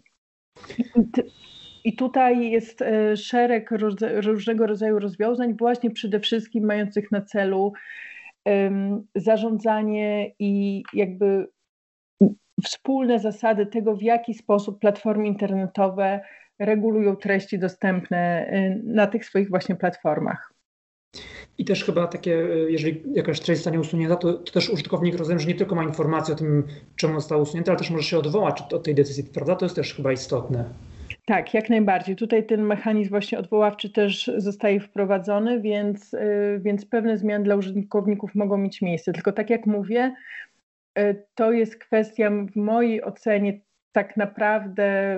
I tutaj jest szereg różnego rodzaju rozwiązań, właśnie przede wszystkim mających na celu um, zarządzanie i jakby wspólne zasady tego, w jaki sposób platformy internetowe regulują treści dostępne na tych swoich właśnie platformach. I też chyba takie, jeżeli jakaś treść zostanie usunięta, to, to też użytkownik, rozumiem, że nie tylko ma informację o tym, czemu została usunięta, ale też może się odwołać od tej decyzji, prawda? To jest też chyba istotne. Tak, jak najbardziej. Tutaj ten mechanizm właśnie odwoławczy też zostaje wprowadzony, więc, więc pewne zmiany dla użytkowników mogą mieć miejsce. Tylko tak jak mówię, to jest kwestia w mojej ocenie tak naprawdę,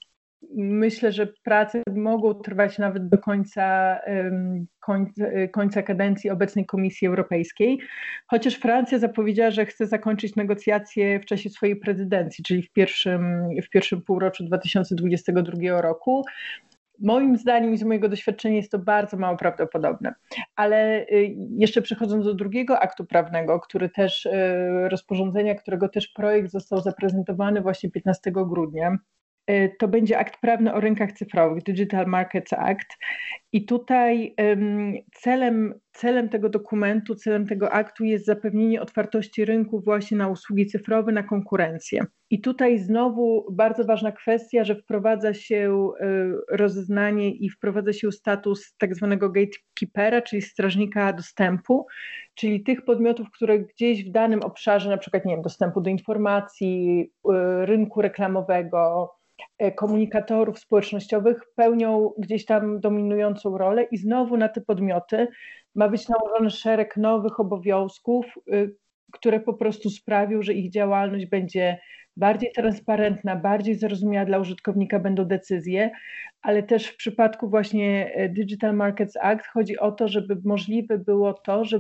myślę, że prace mogą trwać nawet do końca, końca, końca kadencji obecnej Komisji Europejskiej, chociaż Francja zapowiedziała, że chce zakończyć negocjacje w czasie swojej prezydencji, czyli w pierwszym, w pierwszym półroczu dwa tysiące dwudziestego drugiego roku. Moim zdaniem i z mojego doświadczenia jest to bardzo mało prawdopodobne. Ale jeszcze przechodząc do drugiego aktu prawnego, który też, rozporządzenia, którego też projekt został zaprezentowany właśnie piętnastego grudnia, to będzie akt prawny o rynkach cyfrowych, Digital Markets Act. I tutaj um, celem, celem tego dokumentu, celem tego aktu jest zapewnienie otwartości rynku właśnie na usługi cyfrowe, na konkurencję. I tutaj znowu bardzo ważna kwestia, że wprowadza się y, rozeznanie i wprowadza się status tak zwanego gatekeepera, czyli strażnika dostępu, czyli tych podmiotów, które gdzieś w danym obszarze, na przykład nie wiem, dostępu do informacji, y, rynku reklamowego, komunikatorów społecznościowych pełnią gdzieś tam dominującą rolę i znowu na te podmioty ma być nałożony szereg nowych obowiązków, które po prostu sprawią, że ich działalność będzie bardziej transparentna, bardziej zrozumiała dla użytkownika będą decyzje, ale też w przypadku właśnie Digital Markets Act chodzi o to, żeby możliwe było to, żeby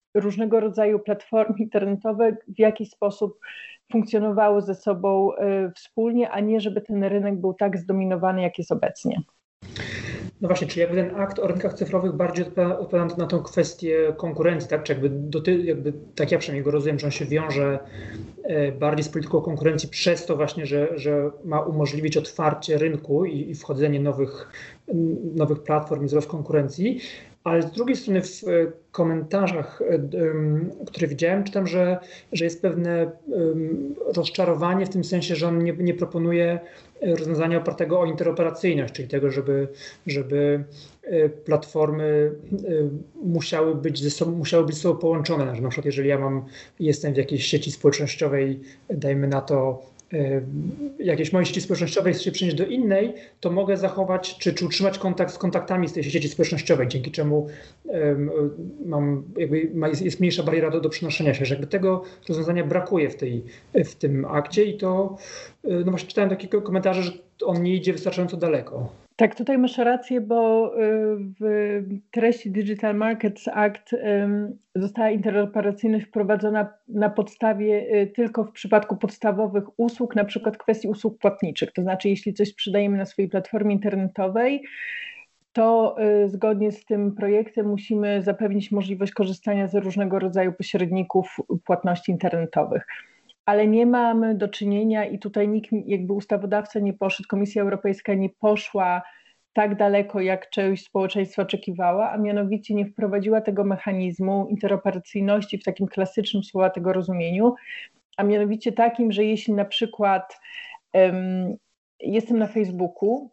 różnego rodzaju platformy internetowe w jakiś sposób funkcjonowały ze sobą wspólnie, a nie żeby ten rynek był tak zdominowany, jak jest obecnie. No właśnie, czy jakby ten akt o rynkach cyfrowych bardziej odpowiada na tą kwestię konkurencji, tak? Czy jakby, doty, jakby tak ja przynajmniej go rozumiem, że on się wiąże bardziej z polityką konkurencji przez to właśnie, że, że ma umożliwić otwarcie rynku i, i wchodzenie nowych, nowych platform i wzrost konkurencji. Ale z drugiej strony w komentarzach, które widziałem, czytam, że, że jest pewne rozczarowanie w tym sensie, że on nie, nie proponuje rozwiązania opartego o interoperacyjność, czyli tego, żeby, żeby platformy musiały być ze sobą, musiały być ze sobą połączone. Że na przykład jeżeli ja mam, jestem w jakiejś sieci społecznościowej, dajmy na to jakiejś mojej sieci społecznościowej, chcę się przenieść do innej, to mogę zachować czy, czy utrzymać kontakt z kontaktami z tej sieci społecznościowej, dzięki czemu um, mam, jakby jest, jest mniejsza bariera do, do przenoszenia się, że jakby tego rozwiązania brakuje w, tej, w tym akcie i to, no właśnie czytałem takie komentarze, że on nie idzie wystarczająco daleko. Tak, tutaj masz rację, bo w treści Digital Markets Act została interoperacyjność wprowadzona na podstawie tylko w przypadku podstawowych usług, na przykład kwestii usług płatniczych. To znaczy, jeśli coś sprzedajemy na swojej platformie internetowej, to zgodnie z tym projektem musimy zapewnić możliwość korzystania z różnego rodzaju pośredników płatności internetowych. Ale nie mamy do czynienia i tutaj nikt, jakby ustawodawca nie poszedł, Komisja Europejska nie poszła tak daleko, jak część społeczeństwa oczekiwała, a mianowicie nie wprowadziła tego mechanizmu interoperacyjności w takim klasycznym słowa tego rozumieniu, a mianowicie takim, że jeśli na przykład um, jestem na Facebooku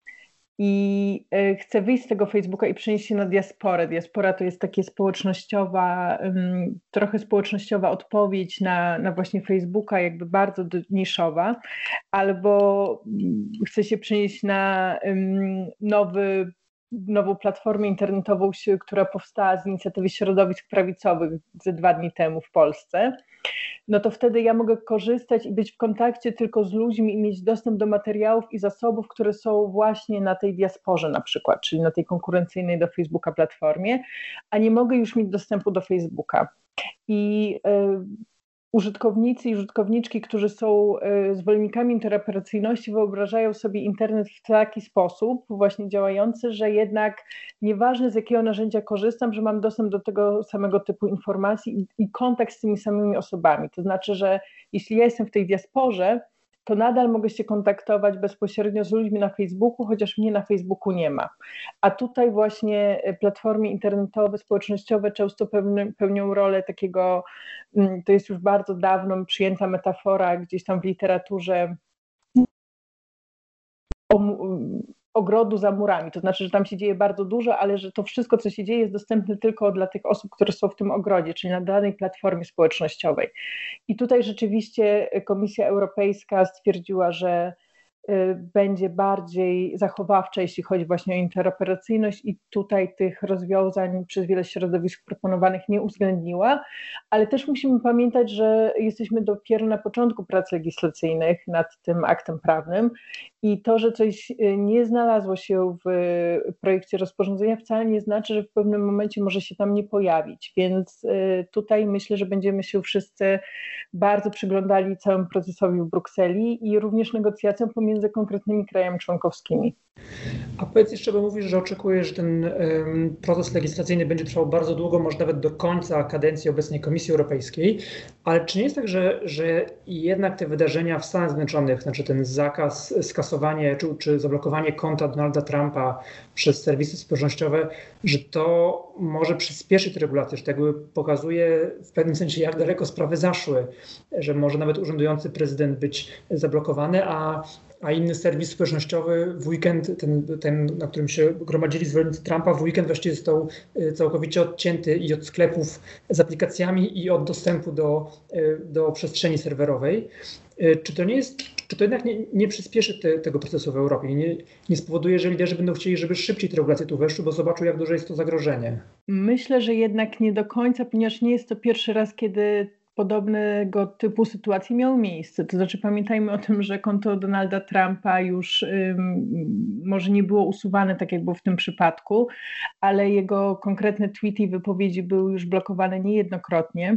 i chcę wyjść z tego Facebooka i przenieść się na diasporę. Diaspora to jest takie społecznościowa, trochę społecznościowa odpowiedź na, na właśnie Facebooka, jakby bardzo niszowa, albo chcę się przenieść na nowy, nową platformę internetową, która powstała z inicjatywy środowisk prawicowych ze dwa dni temu w Polsce. No to wtedy ja mogę korzystać i być w kontakcie tylko z ludźmi i mieć dostęp do materiałów i zasobów, które są właśnie na tej diasporze na przykład, czyli na tej konkurencyjnej do Facebooka platformie, a nie mogę już mieć dostępu do Facebooka. I y, użytkownicy i użytkowniczki, którzy są y, zwolennikami interoperacyjności, wyobrażają sobie internet w taki sposób właśnie działający, że jednak nieważne z jakiego narzędzia korzystam, że mam dostęp do tego samego typu informacji i, i kontakt z tymi samymi osobami. To znaczy, że jeśli ja jestem w tej diasporze, to nadal mogę się kontaktować bezpośrednio z ludźmi na Facebooku, chociaż mnie na Facebooku nie ma. A tutaj właśnie platformy internetowe, społecznościowe często pełnią, pełnią rolę takiego, to jest już bardzo dawno przyjęta metafora gdzieś tam w literaturze, ogrodu za murami, to znaczy, że tam się dzieje bardzo dużo, ale że to wszystko, co się dzieje, jest dostępne tylko dla tych osób, które są w tym ogrodzie, czyli na danej platformie społecznościowej. I tutaj rzeczywiście Komisja Europejska stwierdziła, że będzie bardziej zachowawcza, jeśli chodzi właśnie o interoperacyjność i tutaj tych rozwiązań przez wiele środowisk proponowanych nie uwzględniła, ale też musimy pamiętać, że jesteśmy dopiero na początku prac legislacyjnych nad tym aktem prawnym i to, że coś nie znalazło się w projekcie rozporządzenia, wcale nie znaczy, że w pewnym momencie może się tam nie pojawić, więc tutaj myślę, że będziemy się wszyscy bardzo przyglądali całemu procesowi w Brukseli i również negocjacjom pomiędzy konkretnymi krajami członkowskimi. A powiedz jeszcze, bo mówisz, że oczekujesz, że ten um, proces legislacyjny będzie trwał bardzo długo, może nawet do końca kadencji obecnej Komisji Europejskiej, ale czy nie jest tak, że, że jednak te wydarzenia w Stanach Zjednoczonych, znaczy ten zakaz, skasowanie czy, czy zablokowanie konta Donalda Trumpa przez serwisy społecznościowe, że to może przyspieszyć regulację, że to jakby pokazuje w pewnym sensie, jak daleko sprawy zaszły, że może nawet urzędujący prezydent być zablokowany, a a inny serwis społecznościowy w weekend, ten, ten, na którym się gromadzili zwolennicy Trumpa, w weekend właściwie został całkowicie odcięty i od sklepów z aplikacjami i od dostępu do, do przestrzeni serwerowej. Czy to nie jest, czy to jednak nie, nie przyspieszy te, tego procesu w Europie? Nie, nie spowoduje, że liderzy będą chcieli, żeby szybciej te regulacje tu weszły, bo zobaczą, jak duże jest to zagrożenie? Myślę, że jednak nie do końca, ponieważ nie jest to pierwszy raz, kiedy podobnego typu sytuacje miały miejsce. To znaczy pamiętajmy o tym, że konto Donalda Trumpa już um, może nie było usuwane, tak jak było w tym przypadku, ale jego konkretne tweety i wypowiedzi były już blokowane niejednokrotnie.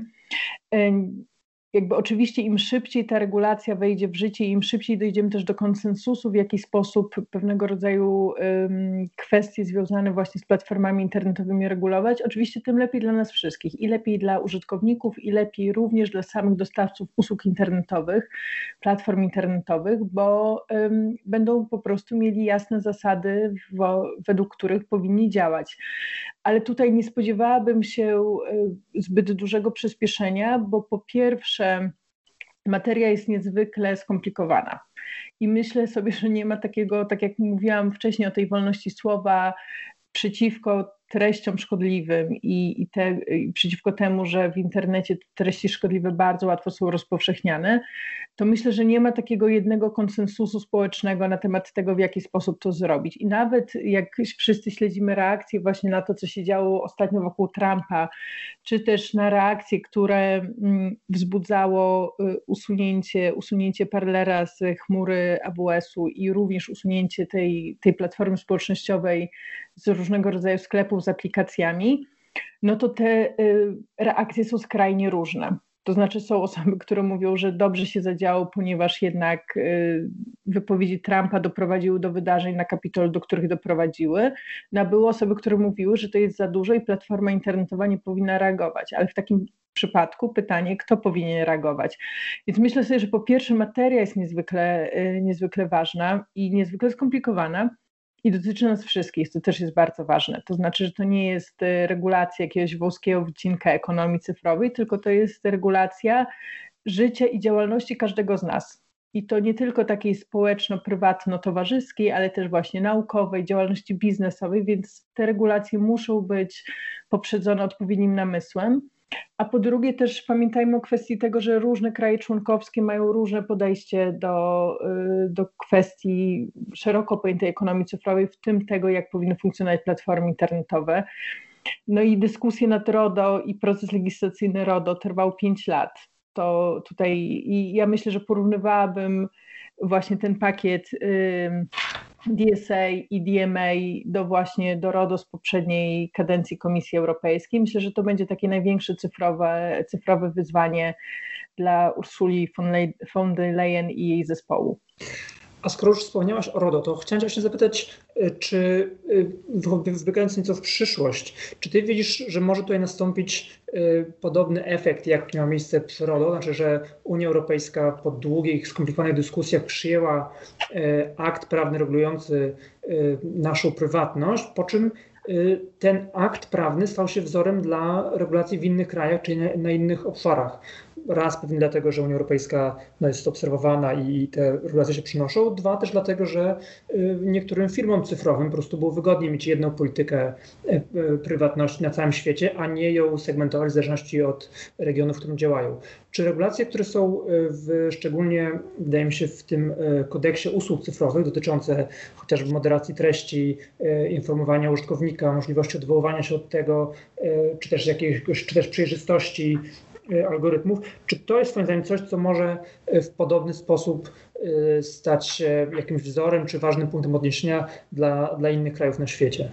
Jakby oczywiście im szybciej ta regulacja wejdzie w życie, im szybciej dojdziemy też do konsensusu, w jaki sposób pewnego rodzaju um, kwestie związane właśnie z platformami internetowymi regulować, oczywiście tym lepiej dla nas wszystkich i lepiej dla użytkowników i lepiej również dla samych dostawców usług internetowych, platform internetowych, bo um, będą po prostu mieli jasne zasady, wo, według których powinni działać. Ale tutaj nie spodziewałabym się zbyt dużego przyspieszenia, bo po pierwsze materia jest niezwykle skomplikowana i myślę sobie, że nie ma takiego, tak jak mówiłam wcześniej o tej wolności słowa, przeciwko treściom szkodliwym i, i, te, i przeciwko temu, że w internecie treści szkodliwe bardzo łatwo są rozpowszechniane, to myślę, że nie ma takiego jednego konsensusu społecznego na temat tego, w jaki sposób to zrobić. I nawet jak wszyscy śledzimy reakcje właśnie na to, co się działo ostatnio wokół Trumpa, czy też na reakcje, które wzbudzało usunięcie, usunięcie Parlera z chmury A W S-u i również usunięcie tej, tej platformy społecznościowej z różnego rodzaju sklepów z aplikacjami, no to te reakcje są skrajnie różne. To znaczy są osoby, które mówią, że dobrze się zadziało, ponieważ jednak wypowiedzi Trumpa doprowadziły do wydarzeń na Kapitolu, do których doprowadziły. No a były osoby, które mówiły, że to jest za dużo i platforma internetowa nie powinna reagować. Ale w takim przypadku pytanie, kto powinien reagować. Więc myślę sobie, że po pierwsze materia jest niezwykle, niezwykle ważna i niezwykle skomplikowana. I dotyczy nas wszystkich, to też jest bardzo ważne. To znaczy, że to nie jest regulacja jakiegoś wąskiego wycinka ekonomii cyfrowej, tylko to jest regulacja życia i działalności każdego z nas. I to nie tylko takiej społeczno-prywatno-towarzyskiej, ale też właśnie naukowej, działalności biznesowej, więc te regulacje muszą być poprzedzone odpowiednim namysłem. A po drugie też pamiętajmy o kwestii tego, że różne kraje członkowskie mają różne podejście do, do kwestii szeroko pojętej ekonomii cyfrowej, w tym tego, jak powinny funkcjonować platformy internetowe. No i dyskusje nad RODO i proces legislacyjny RODO trwał pięć lat. To tutaj i ja myślę, że porównywałabym właśnie ten pakiet D S A i D M A do właśnie do RODO z poprzedniej kadencji Komisji Europejskiej. Myślę, że to będzie takie największe cyfrowe, cyfrowe wyzwanie dla Ursuli von der Leyen i jej zespołu. A skoro już wspomniałaś o RODO, to chciałem cię zapytać, czy wybiegając nieco w przyszłość, czy ty widzisz, że może tutaj nastąpić podobny efekt, jak miał miejsce przy RODO, znaczy, że Unia Europejska po długich, skomplikowanych dyskusjach przyjęła akt prawny regulujący naszą prywatność, po czym ten akt prawny stał się wzorem dla regulacji w innych krajach, czy na, na innych obszarach. Raz pewnie dlatego, że Unia Europejska no, jest obserwowana i te regulacje się przynoszą. Dwa też dlatego, że niektórym firmom cyfrowym po prostu było wygodniej mieć jedną politykę prywatności na całym świecie, a nie ją segmentować w zależności od regionu, w którym działają. Czy regulacje, które są w, szczególnie, wydaje mi się, w tym kodeksie usług cyfrowych dotyczące chociażby moderacji treści, informowania użytkownika, możliwości odwoływania się od tego, czy też jakiegoś, czy też przejrzystości algorytmów, czy to jest moim zdaniem coś, co może w podobny sposób stać się jakimś wzorem, czy ważnym punktem odniesienia dla, dla innych krajów na świecie?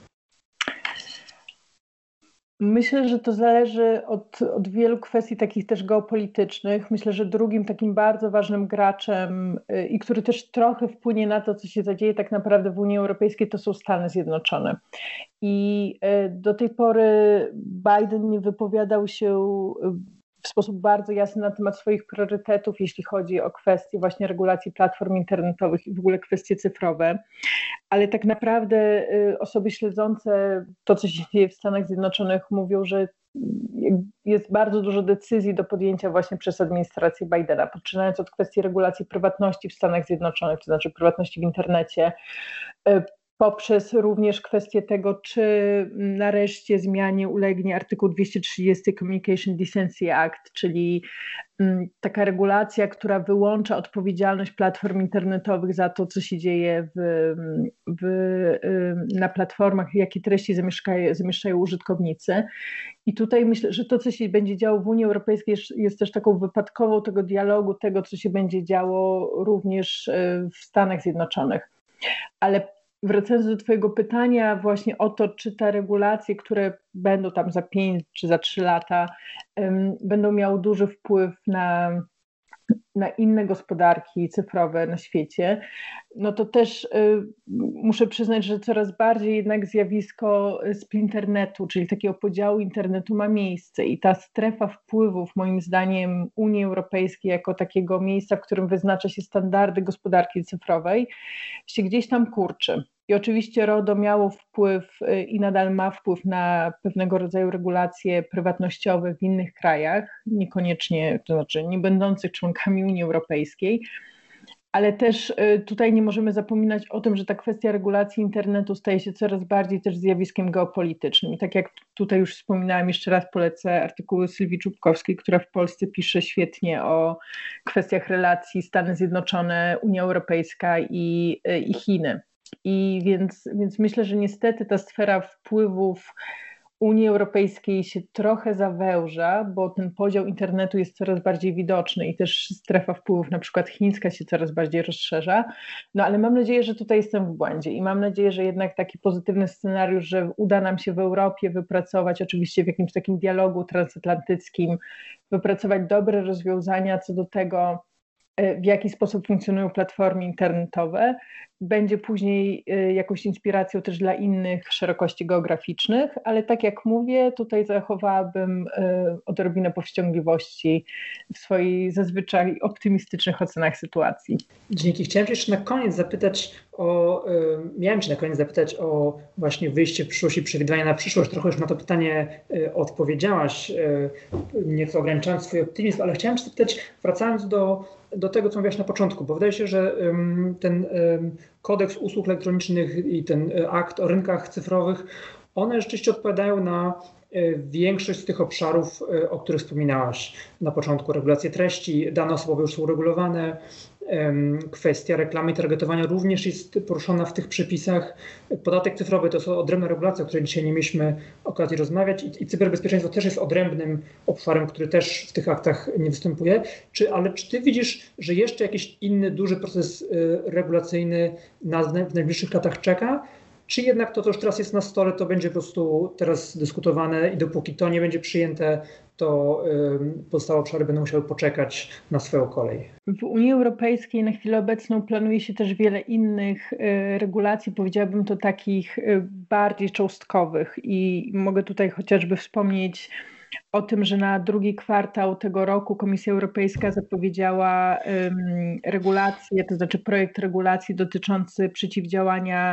Myślę, że to zależy od, od wielu kwestii takich też geopolitycznych. Myślę, że drugim takim bardzo ważnym graczem i który też trochę wpłynie na to, co się zadzieje tak naprawdę w Unii Europejskiej, to są Stany Zjednoczone. I do tej pory Biden nie wypowiadał się w sposób bardzo jasny na temat swoich priorytetów, jeśli chodzi o kwestie właśnie regulacji platform internetowych i w ogóle kwestie cyfrowe. Ale tak naprawdę osoby śledzące to, co się dzieje w Stanach Zjednoczonych, mówią, że jest bardzo dużo decyzji do podjęcia właśnie przez administrację Bidena, poczynając od kwestii regulacji prywatności w Stanach Zjednoczonych, to znaczy prywatności w internecie, poprzez również kwestię tego, czy nareszcie zmianie ulegnie artykuł dwieście trzydzieści Communication Decency Act, czyli taka regulacja, która wyłącza odpowiedzialność platform internetowych za to, co się dzieje w, w, na platformach, jakie treści zamieszczają, zamieszczają użytkownicy. I tutaj myślę, że to, co się będzie działo w Unii Europejskiej, jest, jest też taką wypadkową tego dialogu, tego, co się będzie działo również w Stanach Zjednoczonych. Ale wracając do twojego pytania właśnie o to, czy te regulacje, które będą tam za pięć czy za trzy lata, um, będą miały duży wpływ na, na inne gospodarki cyfrowe na świecie, no to też y, muszę przyznać, że coraz bardziej jednak zjawisko splinternetu, czyli takiego podziału internetu ma miejsce i ta strefa wpływów, moim zdaniem, Unii Europejskiej jako takiego miejsca, w którym wyznacza się standardy gospodarki cyfrowej, się gdzieś tam kurczy. I oczywiście RODO miało wpływ i nadal ma wpływ na pewnego rodzaju regulacje prywatnościowe w innych krajach, niekoniecznie, to znaczy nie będących członkami Unii Europejskiej, ale też tutaj nie możemy zapominać o tym, że ta kwestia regulacji internetu staje się coraz bardziej też zjawiskiem geopolitycznym. I tak jak tutaj już wspominałam, jeszcze raz polecę artykuły Sylwii Czubkowskiej, która w Polsce pisze świetnie o kwestiach relacji Stany Zjednoczone, Unia Europejska i, i Chiny. I więc, więc myślę, że niestety ta sfera wpływów Unii Europejskiej się trochę zawęża, bo ten podział internetu jest coraz bardziej widoczny i też strefa wpływów na przykład chińska się coraz bardziej rozszerza. No ale mam nadzieję, że tutaj jestem w błędzie i mam nadzieję, że jednak taki pozytywny scenariusz, że uda nam się w Europie wypracować, oczywiście w jakimś takim dialogu transatlantyckim, wypracować dobre rozwiązania co do tego, w jaki sposób funkcjonują platformy internetowe, będzie później jakąś inspiracją też dla innych szerokości geograficznych, ale tak jak mówię, tutaj zachowałabym odrobinę powściągliwości w swoich zazwyczaj optymistycznych ocenach sytuacji. Dzięki. Chciałem cię jeszcze na koniec zapytać o, miałem cię na koniec zapytać o właśnie wyjście w przyszłość i przewidywania na przyszłość. Trochę już na to pytanie odpowiedziałaś, nieco ograniczając swój optymizm, ale chciałem cię zapytać, wracając do, do tego, co mówiłaś na początku, bo wydaje się, że ten kodeks usług elektronicznych i ten akt o rynkach cyfrowych, one rzeczywiście odpowiadają na większość z tych obszarów, o których wspominałaś na początku. Regulacje treści, dane osobowe już są uregulowane, kwestia reklamy i targetowania również jest poruszona w tych przepisach. Podatek cyfrowy to jest odrębna regulacja, o której dzisiaj nie mieliśmy okazji rozmawiać i, i cyberbezpieczeństwo też jest odrębnym obszarem, który też w tych aktach nie występuje. Czy, ale czy ty widzisz, że jeszcze jakiś inny duży proces regulacyjny nas w najbliższych latach czeka? Czy jednak to, co już teraz jest na stole, to będzie po prostu teraz dyskutowane i dopóki to nie będzie przyjęte, to pozostałe obszary będą musiały poczekać na swoją kolej? W Unii Europejskiej na chwilę obecną planuje się też wiele innych regulacji, powiedziałabym to takich bardziej cząstkowych i mogę tutaj chociażby wspomnieć o tym, że na drugi kwartał tego roku Komisja Europejska zapowiedziała um, regulacje, to znaczy projekt regulacji dotyczący przeciwdziałania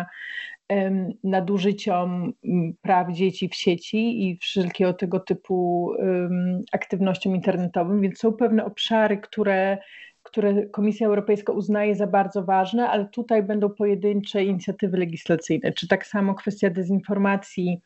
um, nadużyciom praw dzieci w sieci i wszelkiego tego typu um, aktywnościom internetowym, więc są pewne obszary, które które Komisja Europejska uznaje za bardzo ważne, ale tutaj będą pojedyncze inicjatywy legislacyjne, czy tak samo kwestia dezinformacji,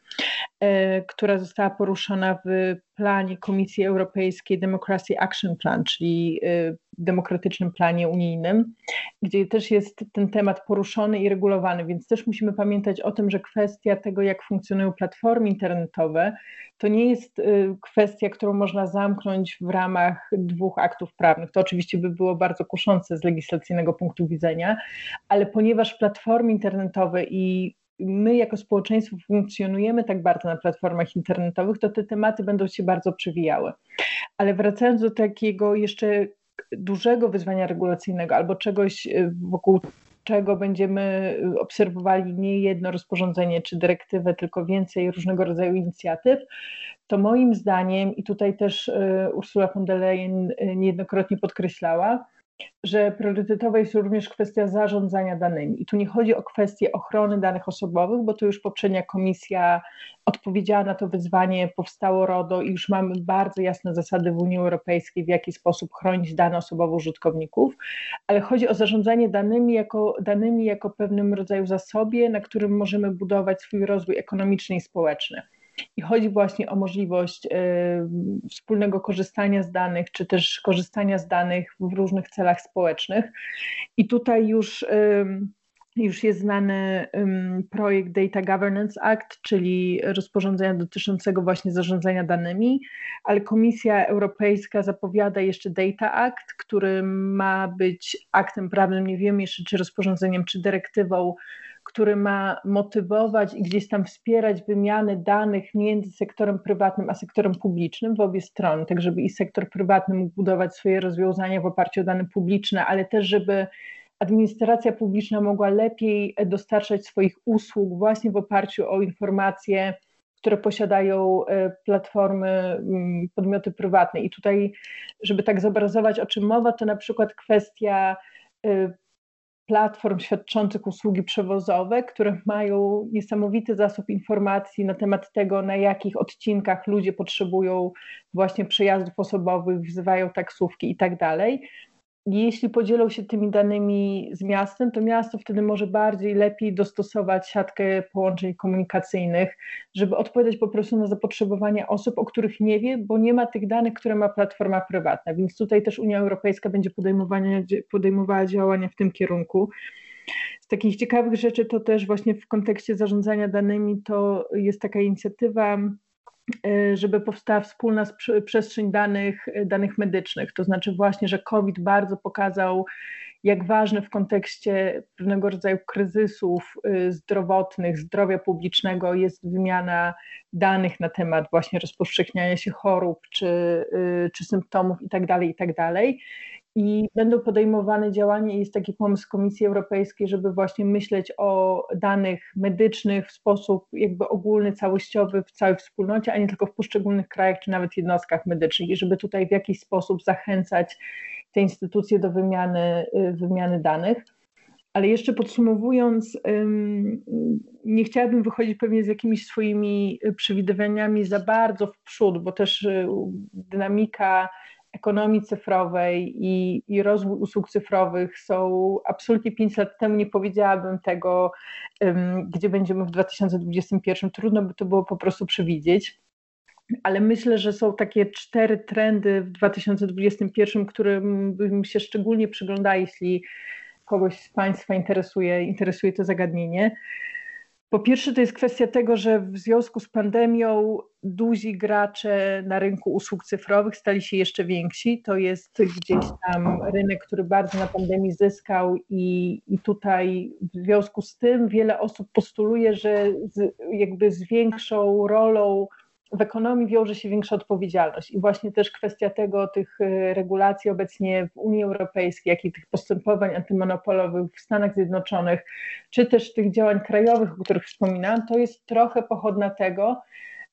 e, która została poruszona w planie Komisji Europejskiej Democracy Action Plan, czyli e, demokratycznym planie unijnym, gdzie też jest ten temat poruszony i regulowany, więc też musimy pamiętać o tym, że kwestia tego, jak funkcjonują platformy internetowe, to nie jest kwestia, którą można zamknąć w ramach dwóch aktów prawnych. To oczywiście by było bardzo kuszące z legislacyjnego punktu widzenia, ale ponieważ platformy internetowe i my jako społeczeństwo funkcjonujemy tak bardzo na platformach internetowych, to te tematy będą się bardzo przewijały. Ale wracając do takiego jeszcze dużego wyzwania regulacyjnego albo czegoś, wokół czego będziemy obserwowali nie jedno rozporządzenie czy dyrektywę, tylko więcej różnego rodzaju inicjatyw, to moim zdaniem, i tutaj też Ursula von der Leyen niejednokrotnie podkreślała, że priorytetowa jest również kwestia zarządzania danymi. I tu nie chodzi o kwestię ochrony danych osobowych, bo to już poprzednia komisja odpowiedziała na to wyzwanie, powstało RODO i już mamy bardzo jasne zasady w Unii Europejskiej, w jaki sposób chronić dane osobowe użytkowników, ale chodzi o zarządzanie danymi jako, danymi jako pewnym rodzaju zasobie, na którym możemy budować swój rozwój ekonomiczny i społeczny. I chodzi właśnie o możliwość y, wspólnego korzystania z danych, czy też korzystania z danych w różnych celach społecznych. I tutaj już y, już jest znany um, projekt Data Governance Act, czyli rozporządzenia dotyczącego właśnie zarządzania danymi, ale Komisja Europejska zapowiada jeszcze Data Act, który ma być aktem prawnym, nie wiemy jeszcze czy rozporządzeniem, czy dyrektywą, który ma motywować i gdzieś tam wspierać wymianę danych między sektorem prywatnym a sektorem publicznym w obie strony, tak żeby i sektor prywatny mógł budować swoje rozwiązania w oparciu o dane publiczne, ale też żeby administracja publiczna mogła lepiej dostarczać swoich usług właśnie w oparciu o informacje, które posiadają platformy, podmioty prywatne. I tutaj, żeby tak zobrazować, o czym mowa, to na przykład kwestia platform świadczących usługi przewozowe, które mają niesamowity zasób informacji na temat tego, na jakich odcinkach ludzie potrzebują właśnie przejazdów osobowych, wzywają taksówki i tak dalej. Jeśli podzielą się tymi danymi z miastem, to miasto wtedy może bardziej, lepiej dostosować siatkę połączeń komunikacyjnych, żeby odpowiadać po prostu na zapotrzebowania osób, o których nie wie, bo nie ma tych danych, które ma platforma prywatna. Więc tutaj też Unia Europejska będzie podejmowała działania w tym kierunku. Z takich ciekawych rzeczy to też właśnie w kontekście zarządzania danymi to jest taka inicjatywa, żeby powstała wspólna przestrzeń danych, danych medycznych. To znaczy właśnie, że COVID bardzo pokazał, jak ważne w kontekście pewnego rodzaju kryzysów zdrowotnych, zdrowia publicznego jest wymiana danych na temat właśnie rozpowszechniania się chorób czy, czy symptomów itd., itd. I będą podejmowane działania i jest taki pomysł Komisji Europejskiej, żeby właśnie myśleć o danych medycznych w sposób jakby ogólny, całościowy w całej wspólnocie, a nie tylko w poszczególnych krajach czy nawet jednostkach medycznych i żeby tutaj w jakiś sposób zachęcać te instytucje do wymiany, wymiany danych. Ale jeszcze podsumowując, nie chciałabym wychodzić pewnie z jakimiś swoimi przewidywaniami za bardzo w przód, bo też dynamika ekonomii cyfrowej i, i rozwój usług cyfrowych są absolutnie pięć lat temu, nie powiedziałabym tego, um, gdzie będziemy w dwa tysiące dwudziestym pierwszym, trudno by to było po prostu przewidzieć, ale myślę, że są takie cztery trendy w dwa tysiące dwudziestym pierwszym, którym bym się szczególnie przyglądała, jeśli kogoś z Państwa interesuje, interesuje to zagadnienie. Po pierwsze to jest kwestia tego, że w związku z pandemią duzi gracze na rynku usług cyfrowych stali się jeszcze więksi. To jest gdzieś tam rynek, który bardzo na pandemii zyskał i, i tutaj w związku z tym wiele osób postuluje, że z, jakby z większą rolą w ekonomii wiąże się większa odpowiedzialność i właśnie też kwestia tego, tych regulacji obecnie w Unii Europejskiej, jak i tych postępowań antymonopolowych w Stanach Zjednoczonych, czy też tych działań krajowych, o których wspominałam, to jest trochę pochodna tego,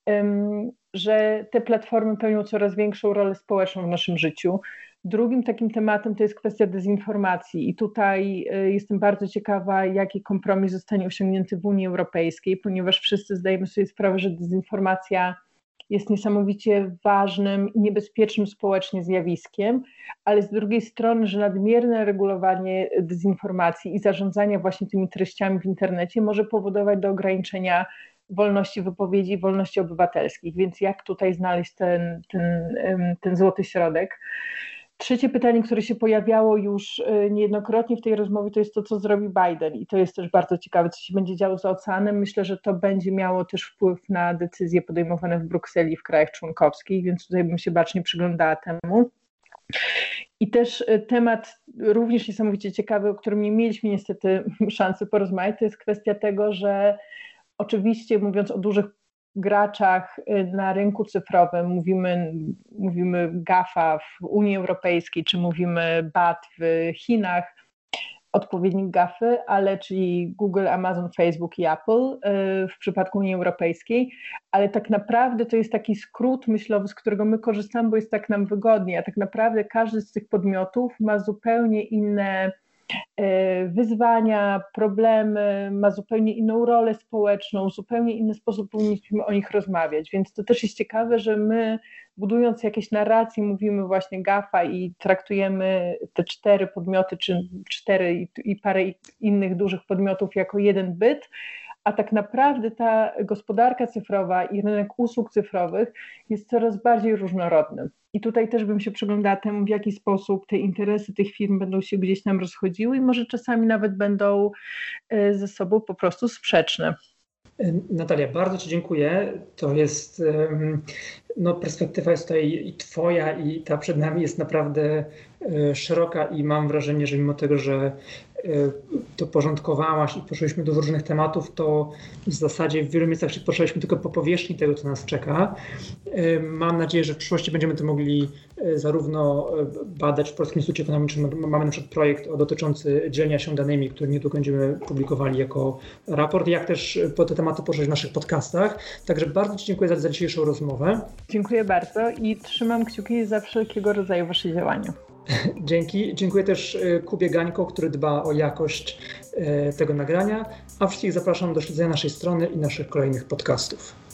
że te platformy pełnią coraz większą rolę społeczną w naszym życiu. Drugim takim tematem to jest kwestia dezinformacji i tutaj jestem bardzo ciekawa, jaki kompromis zostanie osiągnięty w Unii Europejskiej, ponieważ wszyscy zdajemy sobie sprawę, że dezinformacja jest niesamowicie ważnym i niebezpiecznym społecznie zjawiskiem, ale z drugiej strony, że nadmierne regulowanie dezinformacji i zarządzania właśnie tymi treściami w internecie może powodować do ograniczenia wolności wypowiedzi i wolności obywatelskich, więc jak tutaj znaleźć ten, ten, ten złoty środek? Trzecie pytanie, które się pojawiało już niejednokrotnie w tej rozmowie, to jest to, co zrobi Biden i to jest też bardzo ciekawe, co się będzie działo za oceanem. Myślę, że to będzie miało też wpływ na decyzje podejmowane w Brukseli i w krajach członkowskich, więc tutaj bym się bacznie przyglądała temu. I też temat również niesamowicie ciekawy, o którym nie mieliśmy niestety szansy porozmawiać, to jest kwestia tego, że oczywiście mówiąc o dużych graczach na rynku cyfrowym, mówimy, mówimy gafa w Unii Europejskiej, czy mówimy B A T w Chinach, odpowiednik gafy, ale czyli Google, Amazon, Facebook i Apple w przypadku Unii Europejskiej, ale tak naprawdę to jest taki skrót myślowy, z którego my korzystamy, bo jest tak nam wygodnie, a tak naprawdę każdy z tych podmiotów ma zupełnie inne wyzwania, problemy, ma zupełnie inną rolę społeczną, zupełnie inny sposób powinniśmy o nich rozmawiać, więc to też jest ciekawe, że my budując jakieś narracje mówimy właśnie gafa i traktujemy te cztery podmioty, czy cztery i parę innych dużych podmiotów jako jeden byt, a tak naprawdę ta gospodarka cyfrowa i rynek usług cyfrowych jest coraz bardziej różnorodny. I tutaj też bym się przyglądała temu, w jaki sposób te interesy tych firm będą się gdzieś tam rozchodziły i może czasami nawet będą ze sobą po prostu sprzeczne. Natalia, bardzo Ci dziękuję. To jest, no perspektywa jest tutaj i Twoja, i ta przed nami jest naprawdę szeroka i mam wrażenie, że mimo tego, że to porządkowałaś i poszliśmy do różnych tematów, to w zasadzie w wielu miejscach się poruszaliśmy tylko po powierzchni tego, co nas czeka. Mam nadzieję, że w przyszłości będziemy to mogli zarówno badać w Polskim Instytucie Ekonomicznym. Mamy na przykład projekt dotyczący dzielenia się danymi, który niedługo będziemy publikowali jako raport, jak też po te tematy poruszać w naszych podcastach. Także bardzo Ci dziękuję za, za dzisiejszą rozmowę. Dziękuję bardzo i trzymam kciuki za wszelkiego rodzaju Wasze działania. Dzięki. Dziękuję też Kubie Gańko, który dba o jakość tego nagrania, a wszystkich zapraszam do śledzenia naszej strony i naszych kolejnych podcastów.